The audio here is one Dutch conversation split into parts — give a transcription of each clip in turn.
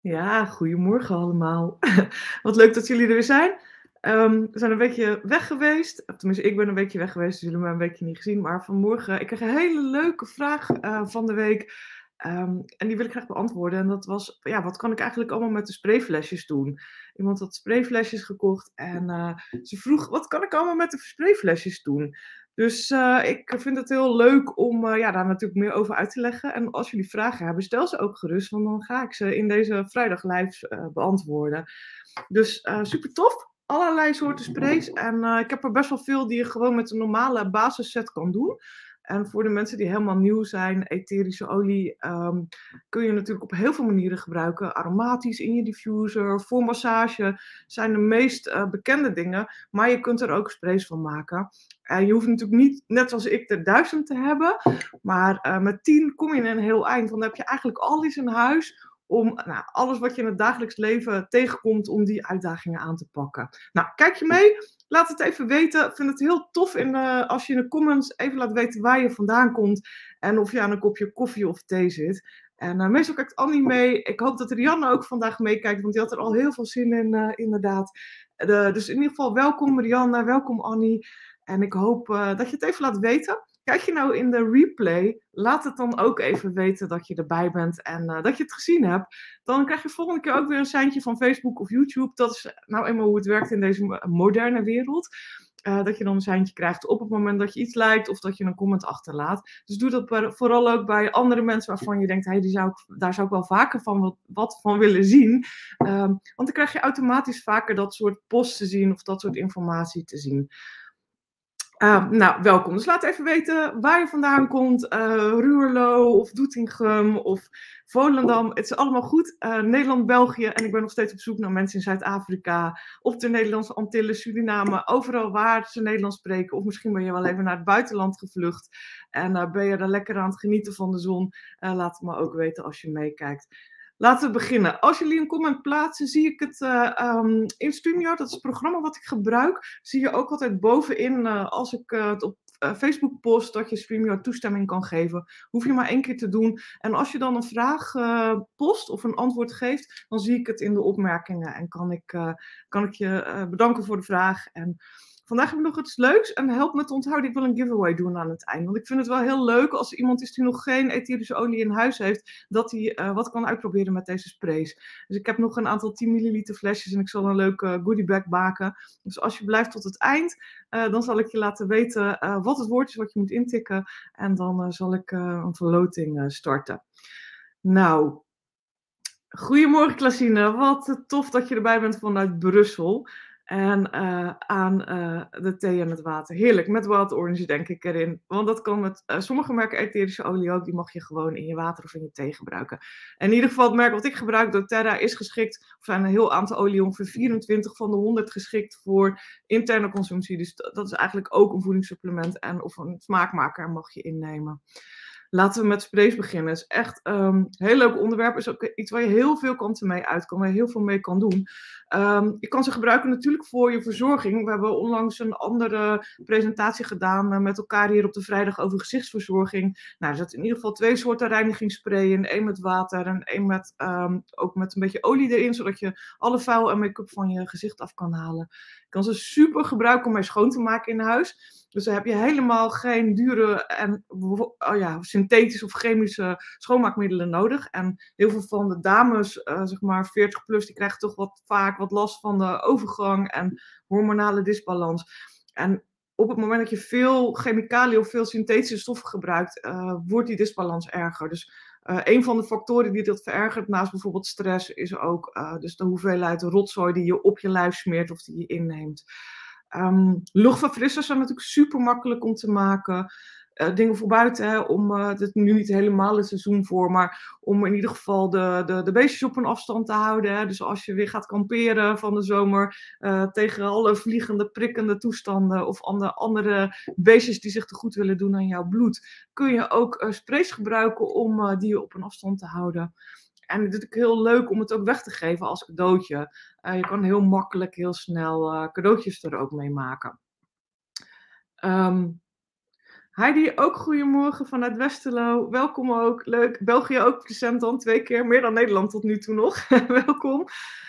Ja, goedemorgen allemaal. Wat leuk dat jullie er weer zijn. We zijn een weekje weg geweest. Of tenminste, ik ben een weekje weg geweest, dus jullie hebben me een weekje niet gezien. Maar vanmorgen, ik kreeg een hele leuke vraag van de week. En die wil ik graag beantwoorden. En dat was, ja, wat kan ik eigenlijk allemaal met de sprayflesjes doen? Iemand had sprayflesjes gekocht en ze vroeg, wat kan ik allemaal met de sprayflesjes doen? Dus ik vind het heel leuk om ja, daar natuurlijk meer over uit te leggen. En als jullie vragen hebben, stel ze ook gerust, want dan ga ik ze in deze vrijdag live beantwoorden. Dus super tof. Allerlei soorten sprays. En ik heb er best wel veel die je gewoon met een normale basisset kan doen. En voor de mensen die helemaal nieuw zijn, etherische olie kun je natuurlijk op heel veel manieren gebruiken. Aromatisch in je diffuser, voor massage zijn de meest bekende dingen. Maar je kunt er ook sprays van maken. Je hoeft natuurlijk niet, net zoals ik, er 1000 te hebben. Maar met 10 kom je in een heel eind. Want dan heb je eigenlijk alles in huis om nou, alles wat je in het dagelijks leven tegenkomt, om die uitdagingen aan te pakken. Nou, kijk je mee? Laat het even weten. Ik vind het heel tof als je in de comments even laat weten waar je vandaan komt en of je aan een kopje koffie of thee zit. En meestal kijkt Annie mee. Ik hoop dat Rianne ook vandaag meekijkt, want die had er al heel veel zin in, inderdaad. Dus in ieder geval welkom Rianne, welkom Annie. En ik hoop dat je het even laat weten. Kijk je nou in de replay, laat het dan ook even weten dat je erbij bent en dat je het gezien hebt. Dan krijg je volgende keer ook weer een seintje van Facebook of YouTube. Dat is nou eenmaal hoe het werkt in deze moderne wereld. Dat je dan een seintje krijgt op het moment dat je iets liked of dat je een comment achterlaat. Dus doe dat vooral ook bij andere mensen waarvan je denkt, hey, daar zou ik wel vaker van wat van willen zien. Want dan krijg je automatisch vaker dat soort posts te zien of dat soort informatie te zien. Nou, welkom. Dus laat even weten waar je vandaan komt. Ruurlo of Doetinchem of Volendam. Het is allemaal goed. Nederland, België. En ik ben nog steeds op zoek naar mensen in Zuid-Afrika. Op de Nederlandse Antillen, Suriname. Overal waar ze Nederlands spreken. Of misschien ben je wel even naar het buitenland gevlucht. En ben je er lekker aan het genieten van de zon. Laat het me ook weten als je meekijkt. Laten we beginnen. Als jullie een comment plaatsen, zie ik het in StreamYard. Dat is het programma wat ik gebruik. Zie je ook altijd bovenin, als ik het op Facebook post, dat je StreamYard toestemming kan geven. Hoef je maar 1 keer te doen. En als je dan een vraag post of een antwoord geeft, dan zie ik het in de opmerkingen. En kan ik je bedanken voor de vraag. En vandaag heb ik nog iets leuks en help me te onthouden. Ik wil een giveaway doen aan het eind. Want ik vind het wel heel leuk als er iemand is die nog geen etherische olie in huis heeft, dat hij wat kan uitproberen met deze sprays. Dus ik heb nog een aantal 10 milliliter flesjes en ik zal een leuke goodiebag maken. Dus als je blijft tot het eind, dan zal ik je laten weten wat het woord is wat je moet intikken. En dan zal ik een verloting starten. Nou, goedemorgen Klasine, wat tof dat je erbij bent vanuit Brussel. En aan de thee en het water. Heerlijk, met wild orange denk ik erin. Want dat kan met sommige merken etherische olie ook. Die mag je gewoon in je water of in je thee gebruiken. En in ieder geval het merk wat ik gebruik, doTERRA, is geschikt. Er zijn een heel aantal olie, ongeveer 24 van de 100 geschikt voor interne consumptie. Dus dat is eigenlijk ook een voedingssupplement of een smaakmaker mag je innemen. Laten we met sprays beginnen. Het is echt een heel leuk onderwerp. Het is ook iets waar je heel veel kanten mee uit kan. Waar je heel veel mee kan doen. Je kan ze gebruiken natuurlijk voor je verzorging. We hebben onlangs een andere presentatie gedaan met elkaar hier op de vrijdag over gezichtsverzorging. Nou, er zitten in ieder geval 2 soorten reinigingsspray in. 1 met water en 1 met, ook met een beetje olie erin. Zodat je alle vuil en make-up van je gezicht af kan halen. Je kan ze super gebruiken om mee schoon te maken in huis. Dus dan heb je helemaal geen dure en synthetische of chemische schoonmaakmiddelen nodig. En heel veel van de dames, zeg maar 40 plus, die krijgen toch vaak wat last van de overgang en hormonale disbalans. En op het moment dat je veel chemicaliën of veel synthetische stoffen gebruikt, wordt die disbalans erger. Dus een van de factoren die dat verergert, naast bijvoorbeeld stress, is ook dus de hoeveelheid rotzooi die je op je lijf smeert of die je inneemt. Luchtverfrissers zijn natuurlijk super makkelijk om te maken. Dingen voor buiten, hè, het is nu niet helemaal het seizoen voor, maar om in ieder geval de beestjes op een afstand te houden. Hè. Dus als je weer gaat kamperen van de zomer, tegen alle vliegende, prikkende toestanden of andere beestjes die zich te goed willen doen aan jouw bloed, kun je ook sprays gebruiken om die op een afstand te houden. En het is ook heel leuk om het ook weg te geven als cadeautje. Je kan heel makkelijk, heel snel cadeautjes er ook mee maken. Heidi, ook goedemorgen vanuit Westerlo. Welkom ook. Leuk. België ook present dan 2 keer. Meer dan Nederland tot nu toe nog. Welkom.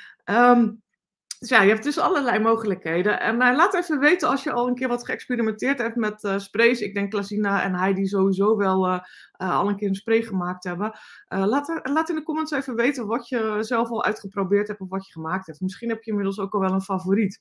Dus ja, je hebt dus allerlei mogelijkheden. En laat even weten als je al een keer wat geëxperimenteerd hebt met sprays. Ik denk Klasina en Heidi sowieso wel al een keer een spray gemaakt hebben. Laat in de comments even weten wat je zelf al uitgeprobeerd hebt of wat je gemaakt hebt. Misschien heb je inmiddels ook al wel een favoriet.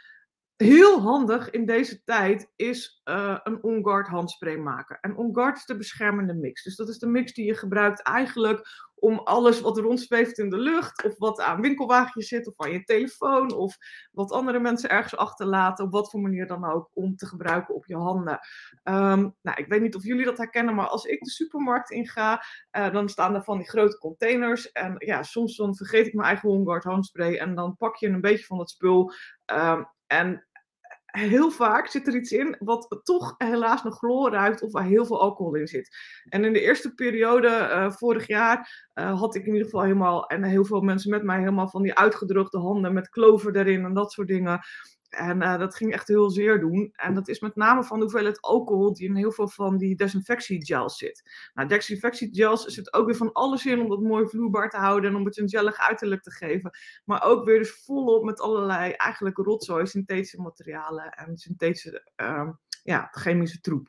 Heel handig in deze tijd is een On-Guard handspray maken. En On-Guard is de beschermende mix. Dus dat is de mix die je gebruikt eigenlijk om alles wat rondzweeft in de lucht, of wat aan winkelwagentjes zit, of aan je telefoon, of wat andere mensen ergens achterlaten, op wat voor manier dan ook, om te gebruiken op je handen. Nou, ik weet niet of jullie dat herkennen, maar als ik de supermarkt inga, dan staan er van die grote containers. En ja, soms dan vergeet ik mijn eigen On-Guard handspray en dan pak je een beetje van dat spul. En heel vaak zit er iets in wat toch helaas nog chloor ruikt of waar heel veel alcohol in zit. En in de eerste periode, vorig jaar, had ik in ieder geval helemaal, en heel veel mensen met mij, helemaal van die uitgedroogde handen met kloven erin en dat soort dingen. En dat ging echt heel zeer doen. En dat is met name van de hoeveelheid alcohol die in heel veel van die desinfectiegels zit. Nou, desinfectiegels zit ook weer van alles in om dat mooi vloeibaar te houden en om het een gellig uiterlijk te geven. Maar ook weer dus volop met allerlei eigenlijk rotzooi, synthetische materialen en synthetische chemische troep.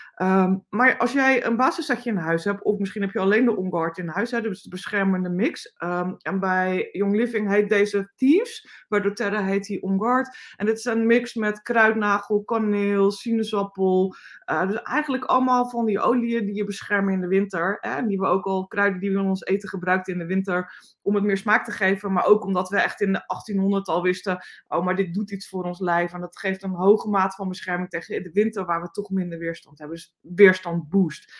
Maar als jij een basissetje in huis hebt, of misschien heb je alleen de On-Guard in huis, hè, dus de beschermende mix. En bij Young Living heet deze Thieves, bij doTERRA heet die On-Guard. En dit is een mix met kruidnagel, kaneel, sinaasappel. Dus eigenlijk allemaal van die oliën die je beschermen in de winter. Hè, die we ook al, kruiden die we in ons eten gebruiken in de winter, om het meer smaak te geven. Maar ook omdat we echt in de 1800 al wisten, oh, maar dit doet iets voor ons lijf. En dat geeft een hoge mate van bescherming tegen de winter, waar we toch minder weerstand hebben. Dus weerstand boost.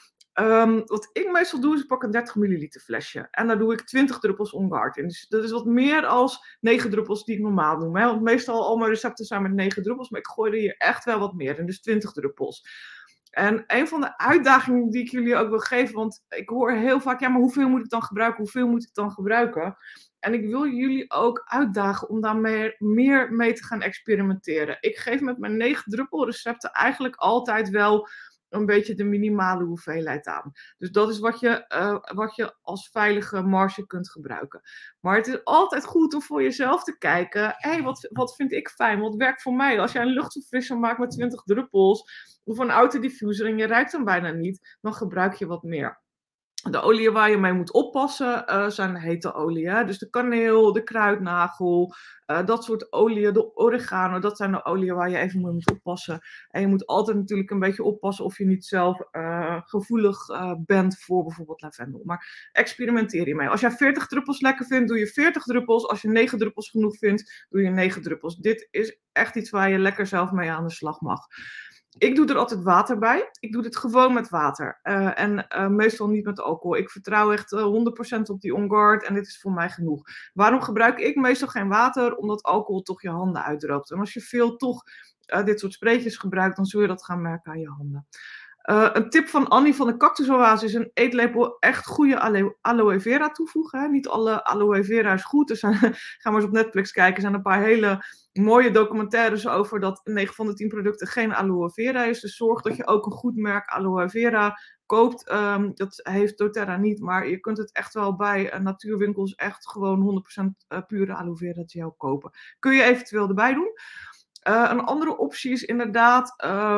Wat ik meestal doe, is ik pak een 30 milliliter flesje. En daar doe ik 20 druppels On-Guard in. Dus dat is wat meer als 9 druppels die ik normaal doe. Hè? Want meestal al mijn recepten zijn met 9 druppels. Maar ik gooi er hier echt wel wat meer in. Dus 20 druppels. En een van de uitdagingen die ik jullie ook wil geven. Want ik hoor heel vaak, ja, maar hoeveel moet ik dan gebruiken? Hoeveel moet ik dan gebruiken? En ik wil jullie ook uitdagen om daar meer mee te gaan experimenteren. Ik geef met mijn 9 druppel recepten eigenlijk altijd wel een beetje de minimale hoeveelheid aan. Dus dat is wat je als veilige marge kunt gebruiken. Maar het is altijd goed om voor jezelf te kijken, hey, wat vind ik fijn? Wat werkt voor mij? Als jij een luchtverfrisser maakt met 20 druppels, of een autodiffuser en je ruikt hem bijna niet, dan gebruik je wat meer. De oliën waar je mee moet oppassen zijn hete oliën. Dus de kaneel, de kruidnagel, dat soort oliën, de oregano, dat zijn de oliën waar je even mee moet oppassen. En je moet altijd natuurlijk een beetje oppassen of je niet zelf gevoelig bent voor bijvoorbeeld lavendel. Maar experimenteer hiermee. Als jij 40 druppels lekker vindt, doe je 40 druppels. Als je 9 druppels genoeg vindt, doe je 9 druppels. Dit is echt iets waar je lekker zelf mee aan de slag mag. Ik doe er altijd water bij. Ik doe dit gewoon met water. En meestal niet met alcohol. Ik vertrouw echt 100% op die On-Guard en dit is voor mij genoeg. Waarom gebruik ik meestal geen water? Omdat alcohol toch je handen uitdroogt. En als je veel toch dit soort spreetjes gebruikt, dan zul je dat gaan merken aan je handen. Een tip van Annie van de Cactusoase is een eetlepel echt goede aloe vera toevoegen. Hè. Niet alle aloe vera is goed. Ga maar eens op Netflix kijken. Er zijn een paar hele mooie documentaires over dat 9 van de 10 producten geen aloe vera is. Dus zorg dat je ook een goed merk aloe vera koopt. Dat heeft doTERRA niet, maar je kunt het echt wel bij natuurwinkels echt gewoon 100% pure aloe vera gel kopen. Kun je eventueel erbij doen. Een andere optie is inderdaad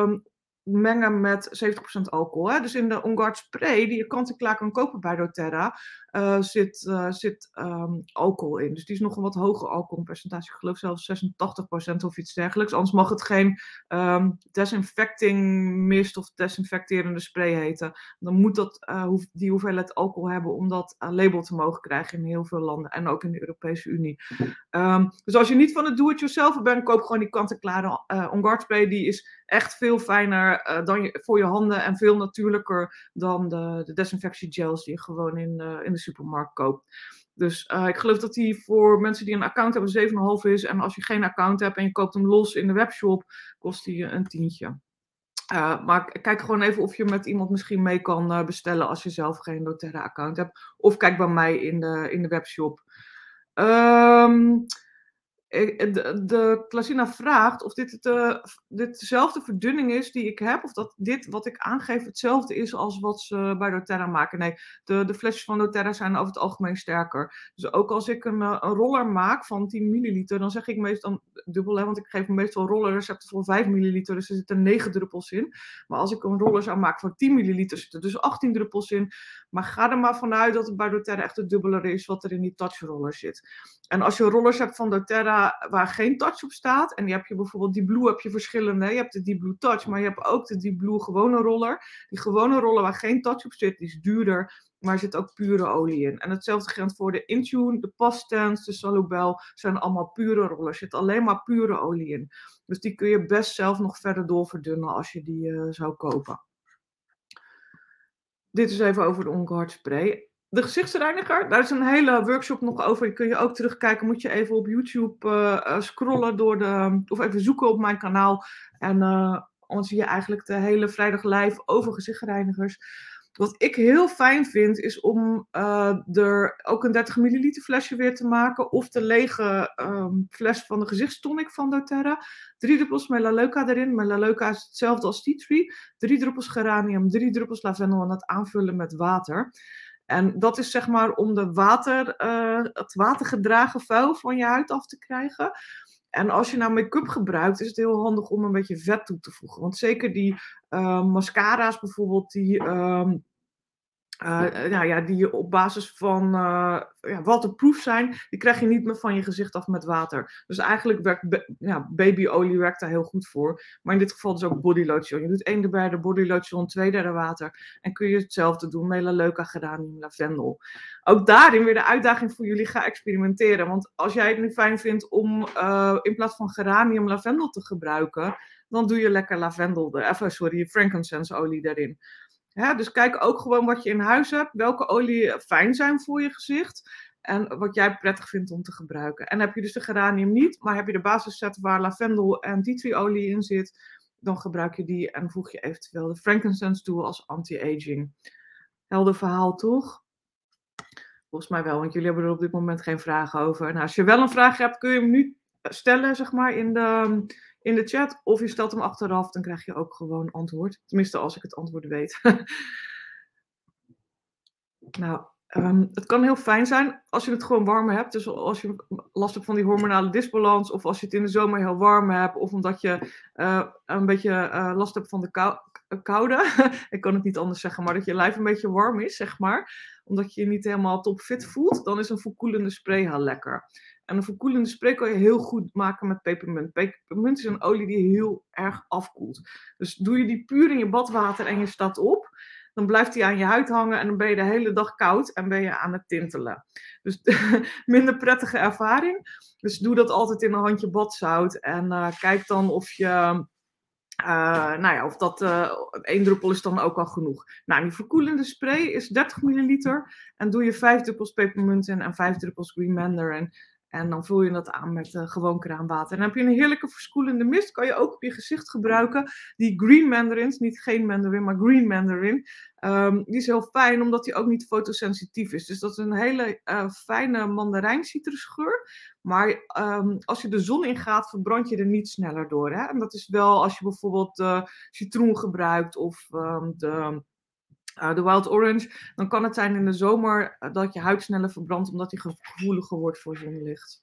mengen met 70% alcohol. Hè? Dus in de On-Guard spray die je kant-en-klaar kan kopen bij doTERRA zit alcohol in. Dus die is nog een wat hoger alcoholpercentage. Ik geloof zelfs 86% of iets dergelijks. Anders mag het geen desinfecting mist of desinfecterende spray heten. Dan moet dat die hoeveelheid alcohol hebben om dat label te mogen krijgen in heel veel landen. En ook in de Europese Unie. Dus als je niet van het do-it-yourself bent, koop gewoon die kant-en-klare On-Guard spray. Die is echt veel fijner voor je handen en veel natuurlijker dan de desinfectiegels die je gewoon in de supermarkt koopt. Dus ik geloof dat die voor mensen die een account hebben 7,5 is. En als je geen account hebt en je koopt hem los in de webshop, kost die een tientje. Maar kijk gewoon even of je met iemand misschien mee kan bestellen als je zelf geen doTERRA-account hebt. Of kijk bij mij in de webshop. De Klasina vraagt of dit dezelfde verdunning is die ik heb, of dat dit wat ik aangeef hetzelfde is als wat ze bij doTERRA maken. Nee, de flesjes van doTERRA zijn over het algemeen sterker. Dus ook als ik een roller maak van 10 milliliter, dan zeg ik meestal dubbel, hè, want ik geef meestal rollerrecepten voor 5 milliliter, dus er zitten 9 druppels in. Maar als ik een roller zou maken van 10 milliliter, zitten er dus 18 druppels in. Maar ga er maar vanuit dat het bij doTERRA echt het dubbele is wat er in die touchroller zit. En als je rollers hebt van doTERRA waar geen touch op staat, en die heb je bijvoorbeeld, die Blue heb je verschillende, je hebt de die Blue Touch, maar je hebt ook de die Blue gewone roller. Die gewone roller waar geen touch op zit, die is duurder, maar er zit ook pure olie in. En hetzelfde geldt voor de Intune, de Pastens, de Salubel, zijn allemaal pure rollers. Er zit alleen maar pure olie in. Dus die kun je best zelf nog verder doorverdunnen als je die zou kopen. Dit is even over de Onkruid spray. De gezichtsreiniger, daar is een hele workshop nog over. Die kun je ook terugkijken. Moet je even op YouTube scrollen of even zoeken op mijn kanaal. En dan zie je eigenlijk de hele vrijdag live over gezichtsreinigers. Wat ik heel fijn vind, is om er ook een 30 milliliter flesje weer te maken. Of de lege fles van de gezichtstonic van doTERRA. 3 druppels melaleuca erin. Melaleuca is hetzelfde als tea tree. 3 druppels geranium, 3 druppels lavendel en dat aanvullen met water. En dat is zeg maar om het watergedragen vuil van je huid af te krijgen. En als je nou make-up gebruikt, is het heel handig om een beetje vet toe te voegen. Want zeker die mascara's bijvoorbeeld, die op basis van waterproof zijn, die krijg je niet meer van je gezicht af met water. Dus eigenlijk werkt babyolie werkt daar heel goed voor. Maar in dit geval dus ook bodylotion. Je doet 1/3 bodylotion, 2/3 water. En kun je hetzelfde doen, melaleuca, geranium, lavendel. Ook daarin weer de uitdaging voor jullie, ga experimenteren. Want als jij het nu fijn vindt om in plaats van geranium lavendel te gebruiken, dan doe je lekker frankincense olie erin. Ja, dus kijk ook gewoon wat je in huis hebt, welke olie fijn zijn voor je gezicht en wat jij prettig vindt om te gebruiken. En heb je dus de geranium niet, maar heb je de basisset waar lavendel en tea tree olie in zit, dan gebruik je die en voeg je eventueel de frankincense toe als anti-aging. Helder verhaal, toch? Volgens mij wel, want jullie hebben er op dit moment geen vragen over. Nou, als je wel een vraag hebt, kun je hem nu stellen, zeg maar, in de chat. Of je stelt hem achteraf, dan krijg je ook gewoon antwoord. Tenminste, als ik het antwoord weet. Nou, het kan heel fijn zijn als je het gewoon warm hebt. Dus als je last hebt van die hormonale disbalans, of als je het in de zomer heel warm hebt, of omdat je een beetje last hebt van de koude. Ik kan het niet anders zeggen, maar dat je lijf een beetje warm is, zeg maar. Omdat je je niet helemaal topfit voelt, dan is een verkoelende spray heel lekker. En een verkoelende spray kan je heel goed maken met pepermunt. Pepermunt is een olie die heel erg afkoelt. Dus doe je die puur in je badwater en je staat op, dan blijft die aan je huid hangen en dan ben je de hele dag koud en ben je aan het tintelen. Dus minder prettige ervaring. Dus doe dat altijd in een handje badzout en kijk dan of je... of dat 1 druppel is dan ook al genoeg. Nou, die verkoelende spray is 30 milliliter. En doe je 5 druppels pepermunt in en 5 druppels green mandarin. En dan vul je dat aan met gewoon kraanwater. En dan heb je een heerlijke verkoelende mist. Kan je ook op je gezicht gebruiken. Die green mandarins, niet geen mandarin, maar green mandarin. Die is heel fijn, omdat die ook niet fotosensitief is. Dus dat is een hele fijne mandarijn-citrusgeur. Maar als je de zon ingaat, verbrand je er niet sneller door. Hè? En dat is wel als je bijvoorbeeld citroen gebruikt of de wild orange. Dan kan het zijn in de zomer dat je huid sneller verbrandt, omdat die gevoeliger wordt voor zonlicht.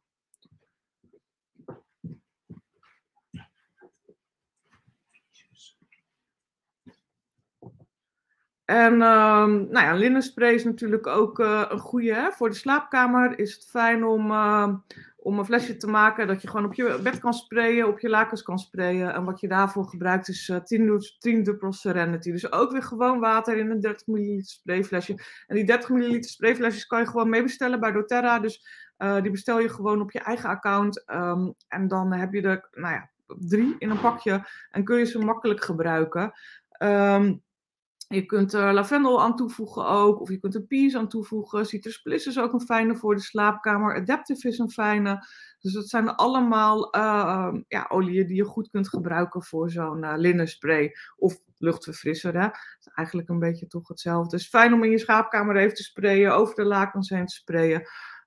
En linnenspray is natuurlijk ook een goede. Hè? Voor de slaapkamer is het fijn om een flesje te maken dat je gewoon op je bed kan sprayen, op je lakens kan sprayen. En wat je daarvoor gebruikt is 10 druppels Serenity. Dus ook weer gewoon water in een 30 milliliter sprayflesje. En die 30 milliliter sprayflesjes kan je gewoon meebestellen bij doTERRA. Dus die bestel je gewoon op je eigen account. En dan heb je er 3 in een pakje en kun je ze makkelijk gebruiken. Je kunt er lavendel aan toevoegen ook, of je kunt er peas aan toevoegen. Citrus Bliss is ook een fijne voor de slaapkamer. Adaptive is een fijne. Dus dat zijn allemaal oliën die je goed kunt gebruiken voor zo'n linnenspray of luchtverfrisser. Hè? Dat is eigenlijk een beetje toch hetzelfde. Het is fijn om in je slaapkamer even te sprayen, over de lakens heen te sprayen.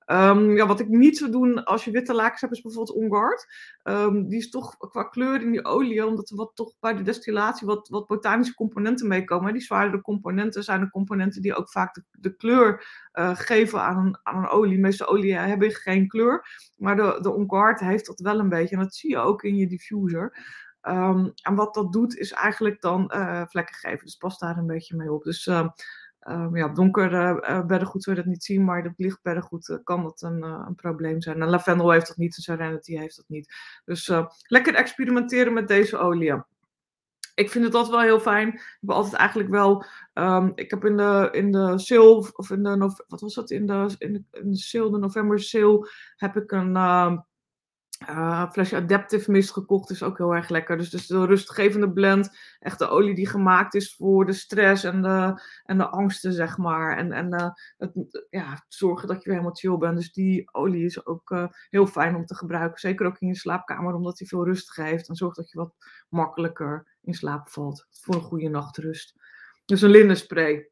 Ja, wat ik niet zou doen als je witte lakens hebt, is bijvoorbeeld On Guard. Die is toch qua kleur in die olie, omdat er toch bij de destillatie wat botanische componenten meekomen. Die zwaardere componenten zijn de componenten die ook vaak de kleur geven aan een olie. De meeste olie hebben geen kleur, maar de On Guard heeft dat wel een beetje. En dat zie je ook in je diffuser. En wat dat doet, is eigenlijk dan vlekken geven. Dus pas daar een beetje mee op. Dus ja, op donker beddengoed zul je dat niet zien, maar op licht beddengoed kan dat een probleem zijn. En lavendel heeft dat niet, en Serenity heeft dat niet. Dus lekker experimenteren met deze oliën. Ik vind het altijd wel heel fijn. Ik heb altijd eigenlijk wel. Ik heb in de sale, of in de. Wat was dat? In de sale, de november sale, heb ik een flesje Adaptive Mist gekocht. Is ook heel erg lekker. Dus de rustgevende blend. Echt de olie die gemaakt is voor de stress en de angsten, zeg maar. En het zorgen dat je weer helemaal chill bent. Dus die olie is ook heel fijn om te gebruiken. Zeker ook in je slaapkamer, omdat die veel rust geeft. En zorgt dat je wat makkelijker in slaap valt. Voor een goede nachtrust. Dus een linnenspray.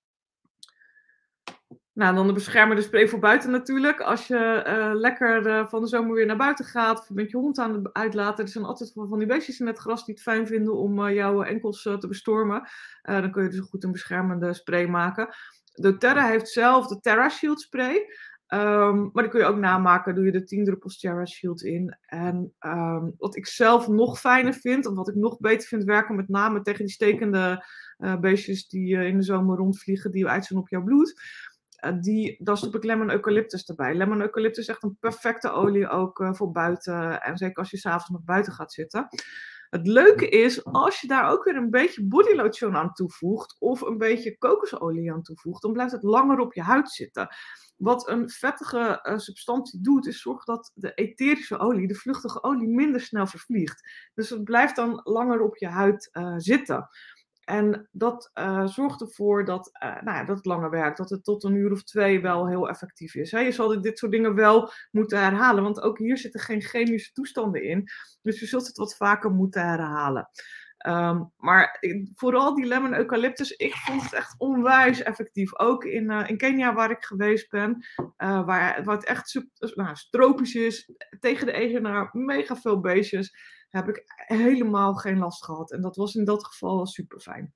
Nou, dan de beschermende spray voor buiten natuurlijk. Als je lekker van de zomer weer naar buiten gaat, of met je hond aan het uitlaten. Er zijn altijd van die beestjes in het gras die het fijn vinden om jouw enkels te bestormen. Dan kun je dus goed een beschermende spray maken. doTERRA heeft zelf de Terra Shield spray. Maar die kun je ook namaken. Doe je de 10 druppels Terra Shield in. En wat ik zelf nog fijner vind, of wat ik nog beter vind werken, met name tegen die stekende beestjes die in de zomer rondvliegen, die uitzien op jouw bloed. Dan stop ik lemon eucalyptus erbij. Lemon eucalyptus is echt een perfecte olie ook voor buiten. En zeker als je s'avonds nog buiten gaat zitten. Het leuke is, als je daar ook weer een beetje bodylotion aan toevoegt, of een beetje kokosolie aan toevoegt, dan blijft het langer op je huid zitten. Wat een vettige substantie doet, is zorgen dat de etherische olie, de vluchtige olie, minder snel vervliegt. Dus het blijft dan langer op je huid zitten. En dat zorgt ervoor dat het langer werkt. Dat het tot 1 uur of 2 wel heel effectief is. Je zal dit soort dingen wel moeten herhalen. Want ook hier zitten geen chemische toestanden in. Dus je zult het wat vaker moeten herhalen. Maar vooral die lemon eucalyptus, ik vond het echt onwijs effectief. Ook in Kenia, waar ik geweest ben, waar het echt tropisch is, tegen de eigenaar, mega veel beestjes, heb ik helemaal geen last gehad. En dat was in dat geval super fijn.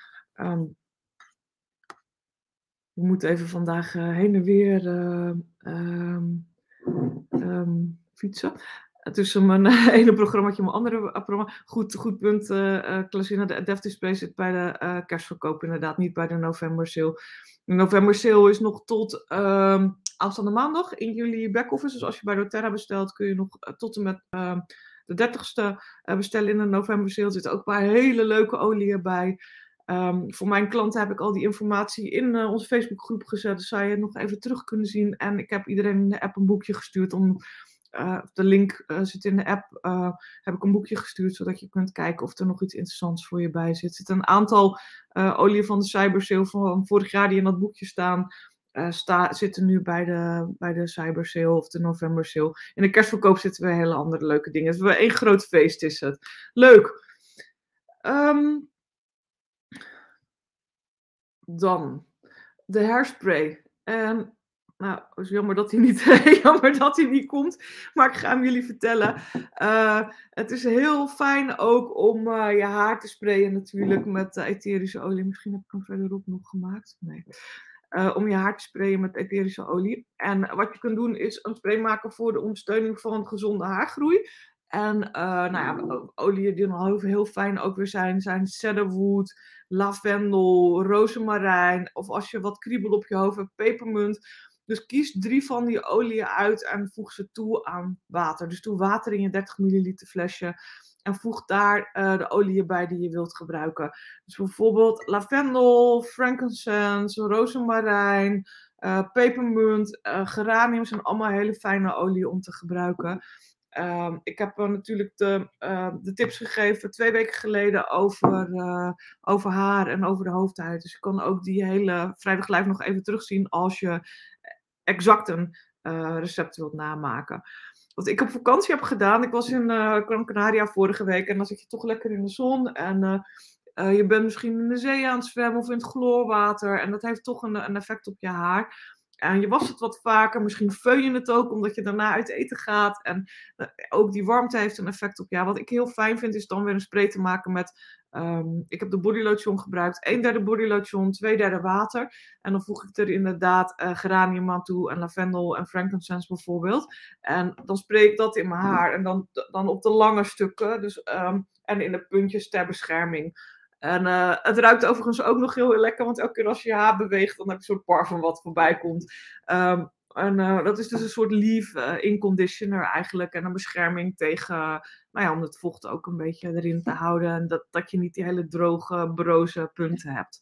Ik moet even vandaag heen en weer fietsen. Tussen mijn ene programmaatje en mijn andere programma. Goed punt, Klasina. De Adaptive Space zit bij de kerstverkoop inderdaad, niet bij de November Sale. De November Sale is nog tot aanstaande maandag in jullie back-office. Dus als je bij doTERRA bestelt, kun je nog tot en met de 30ste bestellen in de November Sale. Er zitten ook een paar hele leuke olieën bij. Voor mijn klanten heb ik al die informatie in onze Facebookgroep gezet. Dus zou je het nog even terug kunnen zien. En ik heb iedereen in de app een boekje gestuurd om... de link zit in de app, heb ik een boekje gestuurd, zodat je kunt kijken of er nog iets interessants voor je bij zit. Er zitten een aantal olieën van de Cyber Sale van vorig jaar die in dat boekje staan, zitten nu bij de Cyber Sale of de November Sale. In de kerstverkoop zitten weer hele andere leuke dingen. Het is wel één groot feest, is het. Leuk! Dan de hairspray. Nou, het is jammer dat hij niet komt, maar ik ga hem jullie vertellen. Het is heel fijn ook om je haar te sprayen natuurlijk met etherische olie. Misschien heb ik hem verderop nog gemaakt. Nee. Om je haar te sprayen met etherische olie. En wat je kunt doen is een spray maken voor de ondersteuning van gezonde haargroei. En oliën die dan heel fijn ook weer zijn cedarwood, lavendel, rozemarijn. Of als je wat kriebel op je hoofd hebt, pepermunt. Dus kies 3 van die oliën uit en voeg ze toe aan water. Dus doe water in je 30 milliliter flesje. En voeg daar de oliën bij die je wilt gebruiken. Dus bijvoorbeeld lavendel, frankincense, rozemarijn, pepermunt, geranium zijn allemaal hele fijne oliën om te gebruiken. Ik heb natuurlijk de tips gegeven 2 weken geleden over haar en over de hoofdhuid. Dus je kan ook die hele Vrijdag Live nog even terugzien als je exact een recept wilt namaken. Wat ik op vakantie heb gedaan, ik was in Gran Canaria vorige week en dan zit je toch lekker in de zon en je bent misschien in de zee aan het zwemmen of in het chloorwater en dat heeft toch een effect op je haar. En je wast het wat vaker, misschien veun je het ook omdat je daarna uit eten gaat. En ook die warmte heeft een effect op. Ja, wat ik heel fijn vind is dan weer een spray te maken met... ik heb de bodylotion gebruikt. 1/3 bodylotion, 2/3 water. En dan voeg ik er inderdaad geranium aan toe en lavendel en frankincense bijvoorbeeld. En dan spray ik dat in mijn haar. En dan op de lange stukken. Dus, en in de puntjes ter bescherming. En het ruikt overigens ook nog heel lekker, want elke keer als je je haar beweegt, dan heb je een soort parfum wat voorbij komt. Dat is dus een soort leave-in conditioner eigenlijk. En een bescherming tegen, nou ja, om het vocht ook een beetje erin te houden. En dat je niet die hele droge, broze punten hebt.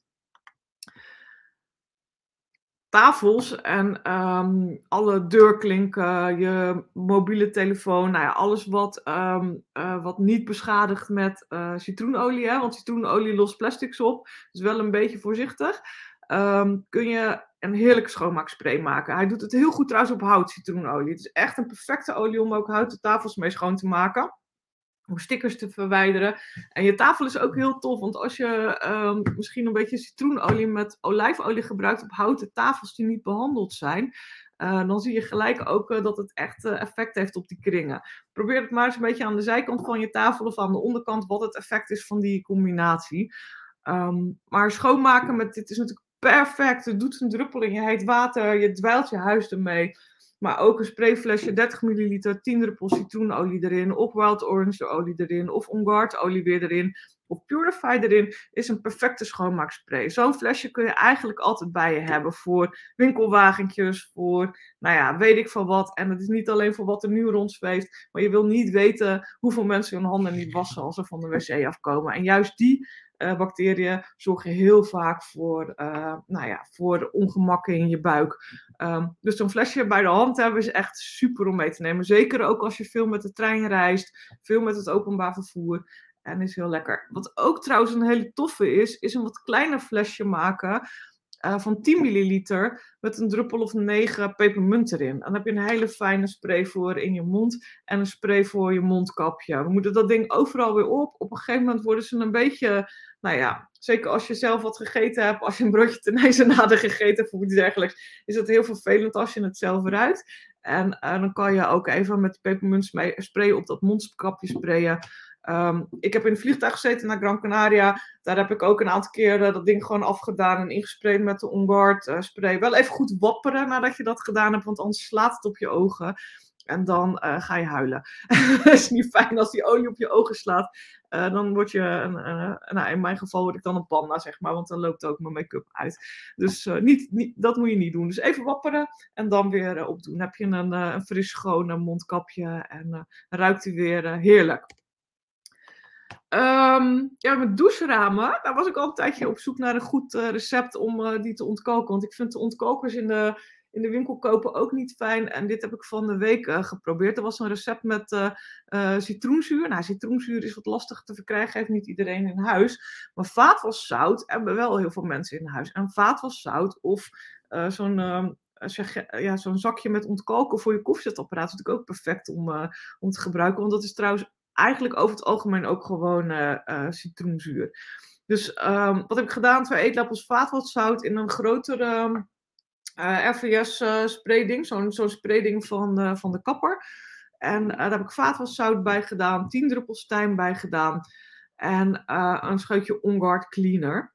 Tafels en alle deurklinken, je mobiele telefoon, nou ja, alles wat niet beschadigt met citroenolie, hè, want citroenolie lost plastics op, dus wel een beetje voorzichtig. Kun je een heerlijke schoonmaakspray maken. Hij doet het heel goed trouwens op hout, citroenolie. Het is echt een perfecte olie om ook houten tafels mee schoon te maken. Om stickers te verwijderen. En je tafel is ook heel tof, want als je misschien een beetje citroenolie met olijfolie gebruikt op houten tafels die niet behandeld zijn, dan zie je gelijk ook dat het echt effect heeft op die kringen. Probeer het maar eens een beetje aan de zijkant van je tafel of aan de onderkant wat het effect is van die combinatie. Maar schoonmaken met dit is natuurlijk perfect. Het doet een druppel in je heet water, je dweilt je huis ermee. Maar ook een sprayflesje, 30 milliliter, 10 druppels citroenolie erin. Of wild orange olie erin. Of On Guard olie weer erin. Of Purify erin. Is een perfecte schoonmaakspray. Zo'n flesje kun je eigenlijk altijd bij je hebben. Voor winkelwagentjes. Voor, nou ja, weet ik van wat. En het is niet alleen voor wat er nu rondzweeft. Maar je wil niet weten hoeveel mensen hun handen niet wassen als ze van de wc afkomen. En juist die bacteriën zorgen heel vaak voor ongemakken in je buik. Dus zo'n flesje bij de hand hebben is echt super om mee te nemen. Zeker ook als je veel met de trein reist, veel met het openbaar vervoer. En is heel lekker. Wat ook trouwens een hele toffe is een wat kleiner flesje maken van 10 milliliter met een druppel of 9 pepermunt erin. En dan heb je een hele fijne spray voor in je mond en een spray voor je mondkapje. We moeten dat ding overal weer op. Op een gegeven moment worden ze een beetje, nou ja, zeker als je zelf wat gegeten hebt, als je een broodje tenijzenade gegeten hebt of iets dergelijks, is het heel vervelend als je het zelf ruikt. En dan kan je ook even met pepermunt spray op dat mondkapje sprayen. Ik heb in het vliegtuig gezeten naar Gran Canaria. Daar heb ik ook een aantal keer dat ding gewoon afgedaan en ingespreid met de On Guard spray. Wel even goed wapperen nadat je dat gedaan hebt, want anders slaat het op je ogen. En dan ga je huilen. Het is niet fijn als die olie op je ogen slaat. Dan word je, nou, in mijn geval word ik dan een panda, zeg maar. Want dan loopt ook mijn make-up uit. Dus dat moet je niet doen. Dus even wapperen en dan weer opdoen. Dan heb je een fris schoon mondkapje en ruikt hij weer heerlijk. Ja, met doucheramen, daar was ik al een tijdje op zoek naar een goed recept om die te ontkoken. Want ik vind de ontkokers in de winkel kopen ook niet fijn. En dit heb ik van de week geprobeerd. Er was een recept met citroenzuur. Nou, citroenzuur is wat lastig te verkrijgen, heeft niet iedereen in huis. Maar vaatwaszout hebben wel heel veel mensen in huis. En vaatwaszout of zo'n zakje met ontkalken voor je koffiezetapparaat is natuurlijk ook perfect om te gebruiken. Want dat is trouwens eigenlijk over het algemeen ook gewoon citroenzuur. Dus wat heb ik gedaan? 2 eetlepels vaatwaszout in een grotere RVS sprayding. Zo'n sprayding van de kapper. En daar heb ik vaatwaszout bij gedaan. 10 druppels tijm bij gedaan. En een scheutje On Guard cleaner.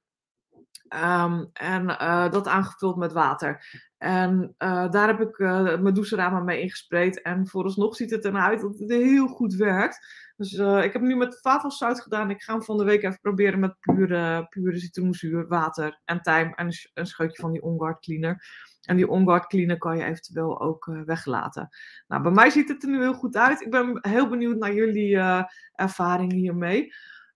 Dat aangevuld met water. En daar heb ik mijn doucheramen mee ingespreid. En vooralsnog ziet het ernaar uit dat het heel goed werkt. Dus ik heb hem nu met vaatwaszout gedaan. Ik ga hem van de week even proberen met pure citroenzuur, water en tijm. En een scheutje van die On Guard cleaner. En die On Guard cleaner kan je eventueel ook weglaten. Nou, bij mij ziet het er nu heel goed uit. Ik ben heel benieuwd naar jullie ervaringen hiermee.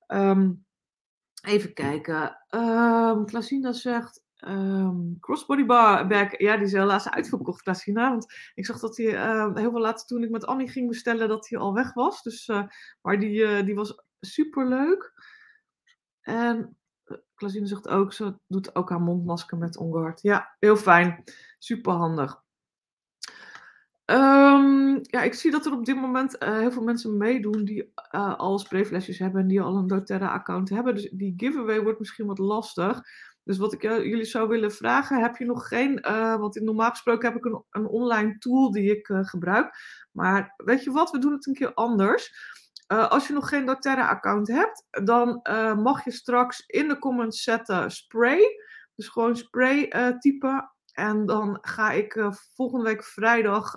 Even kijken. Klasina zegt crossbody bag. Ja, die is helaas uitverkocht, Klasina. Want ik zag dat hij heel veel later toen ik met Annie ging bestellen, dat hij al weg was. Dus, maar die was superleuk. En Klasina zegt ook, ze doet ook haar mondmasker met On Guard. Ja, heel fijn. Super handig. Ja, ik zie dat er op dit moment heel veel mensen meedoen die al sprayflesjes hebben en die al een doTERRA-account hebben. Dus die giveaway wordt misschien wat lastig. Dus wat ik jullie zou willen vragen, heb je nog geen, want normaal gesproken heb ik een online tool die ik gebruik. Maar weet je wat, we doen het een keer anders. Als je nog geen doTERRA-account hebt, dan mag je straks in de comments zetten spray. Dus gewoon spray typen. En dan ga ik volgende week vrijdag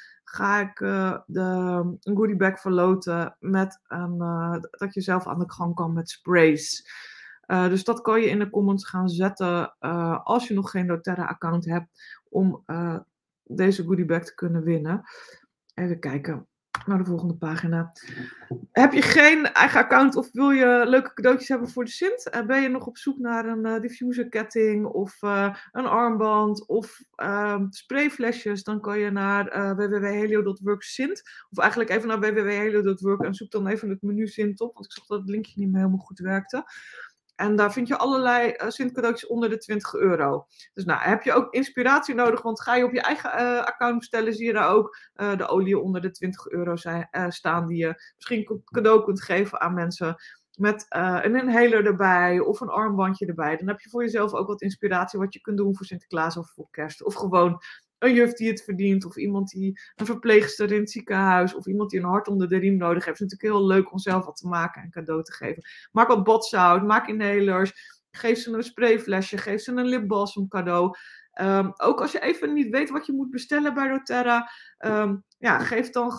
een goodiebag verloten met dat je zelf aan de gang kan met sprays. Dus dat kan je in de comments gaan zetten als je nog geen doTERRA-account hebt om deze goodiebag te kunnen winnen. Even kijken naar de volgende pagina. Heb je geen eigen account of wil je leuke cadeautjes hebben voor de Sint? Ben je nog op zoek naar een diffuserketting of een armband of sprayflesjes? Dan kan je naar www.helio.work Sint. Of eigenlijk even naar www.helio.work en zoek dan even het menu Sint op. Want ik zag dat het linkje niet meer helemaal goed werkte. En daar vind je allerlei Sint-cadeautjes onder de €20. Dus nou, heb je ook inspiratie nodig, want ga je op je eigen account bestellen, zie je daar ook de olie onder de €20 staan, die je misschien cadeau kunt geven aan mensen met een inhaler erbij of een armbandje erbij. Dan heb je voor jezelf ook wat inspiratie wat je kunt doen voor Sinterklaas of voor Kerst. Of gewoon een juf die het verdient, of iemand die een verpleegster in het ziekenhuis, of iemand die een hart onder de riem nodig heeft. Het is natuurlijk heel leuk om zelf wat te maken en cadeau te geven. Maak wat badzout, maak inhalers, geef ze een sprayflesje, geef ze een lipbalsem cadeau. Ook als je even niet weet wat je moet bestellen bij doTERRA, geef dan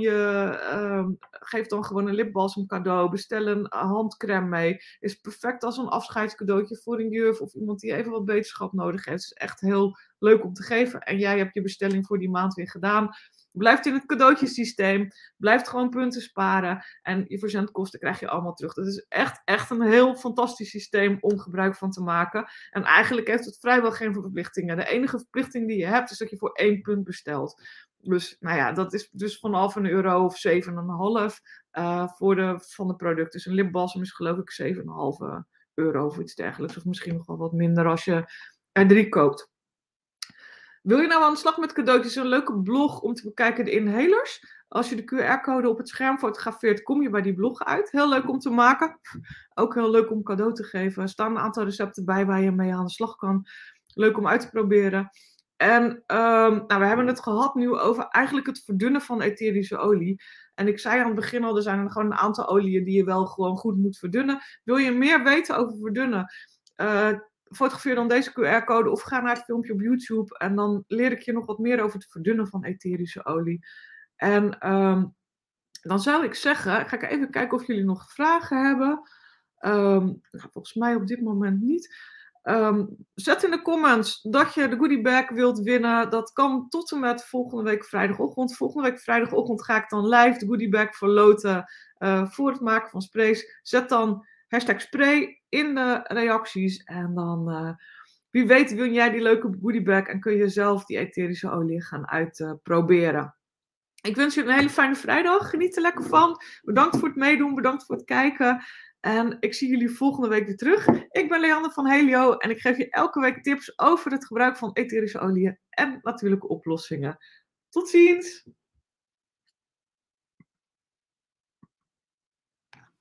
gewoon een lipbalsem cadeau. Bestel een handcrème mee. Is perfect als een afscheidscadeautje voor een juf of iemand die even wat beterschap nodig heeft. Het is echt heel leuk om te geven. En jij hebt je bestelling voor die maand weer gedaan. Blijft in het cadeautjesysteem. Blijft gewoon punten sparen. En je verzendkosten krijg je allemaal terug. Dat is echt een heel fantastisch systeem om gebruik van te maken. En eigenlijk heeft het vrijwel geen verplichtingen. De enige verplichting die je hebt is dat je voor 1 punt bestelt. Dus nou ja, dat is dus vanaf €1 of 7,5 van de producten. Dus een lipbalsem is geloof ik €7,5 of iets dergelijks. Of misschien nog wel wat minder als je er 3 koopt. Wil je nou aan de slag met cadeautjes? Een leuke blog om te bekijken, de inhalers. Als je de QR-code op het scherm fotografeert, kom je bij die blog uit. Heel leuk om te maken. Ook heel leuk om cadeau te geven. Er staan een aantal recepten bij waar je mee aan de slag kan. Leuk om uit te proberen. En we hebben het gehad nu over eigenlijk het verdunnen van etherische olie. En ik zei aan het begin al, er zijn gewoon een aantal oliën die je wel gewoon goed moet verdunnen. Wil je meer weten over verdunnen? Fotografeer dan deze QR-code of ga naar het filmpje op YouTube. En dan leer ik je nog wat meer over het verdunnen van etherische olie. En dan zou ik zeggen, ga ik even kijken of jullie nog vragen hebben. Volgens mij op dit moment niet. Zet in de comments dat je de goodiebag wilt winnen. Dat kan tot en met volgende week vrijdagochtend. Volgende week vrijdagochtend ga ik dan live de goodiebag verloten voor het maken van sprays. Zet dan #spray in de reacties. En dan, wie weet, win jij die leuke goodiebag en kun je zelf die etherische olie gaan uitproberen. Ik wens je een hele fijne vrijdag. Geniet er lekker van. Bedankt voor het meedoen. Bedankt voor het kijken. En ik zie jullie volgende week weer terug. Ik ben Leanne van Helio en ik geef je elke week tips over het gebruik van etherische oliën en natuurlijke oplossingen. Tot ziens!